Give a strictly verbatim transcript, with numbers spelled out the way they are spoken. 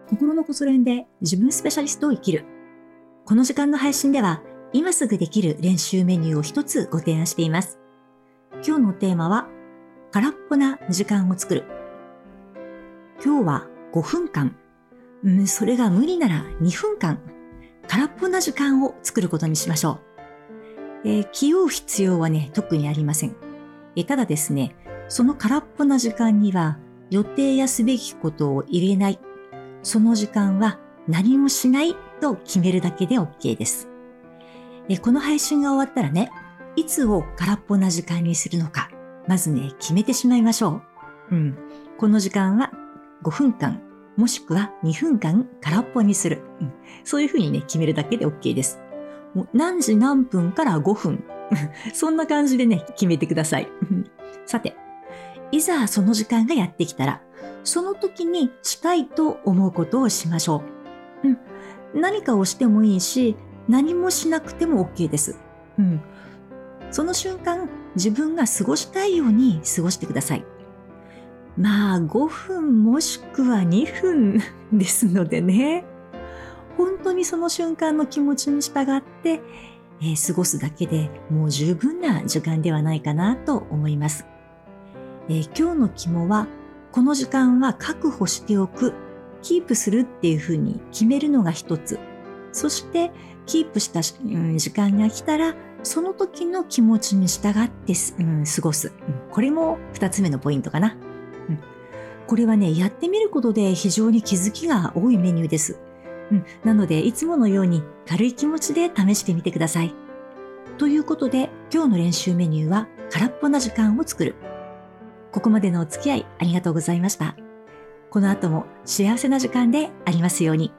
心のこそ練で自分スペシャリストを生きる。この時間の配信では今すぐできる練習メニューを一つご提案しています。今日のテーマは空っぽな時間を作る。今日はごふんかん、うん、それが無理ならにふんかん、空っぽな時間を作ることにしましょう。えー、気負う必要はね、特にありません。えー、ただですね、その空っぽな時間には予定やすべきことを入れない。その時間は何もしないと決めるだけで OK です。えー、この配信が終わったらね、いつを空っぽな時間にするのか、まずね、決めてしまいましょう。うん。この時間はごふんかん、もしくはにふんかん空っぽにする。うん、そういうふうにね、決めるだけで OK です。もう何時何分からごふん。そんな感じでね、決めてください。さて、いざその時間がやってきたら、その時にしたいと思うことをしましょう。うん、何かをしてもいいし、何もしなくても OK です。うん、その瞬間、自分が過ごしたいように過ごしてください。まあ、ごふんもしくはにふんですのでね、本当にその瞬間の気持ちに従って、えー、過ごすだけでもう十分な時間ではないかなと思います。えー、今日の肝は、この時間は確保しておく、キープするっていうふうに決めるのが一つ。そして、キープした、うん、時間が来たら、その時の気持ちに従って、うん、過ごす、うん。これも二つ目のポイントかな。うん、これはね、やってみることで非常に気づきが多いメニューです。うん、なので、いつものように軽い気持ちで試してみてください。ということで、今日の練習メニューは空っぽな時間を作る。ここまでのお付き合いありがとうございました。この後も幸せな時間でありますように。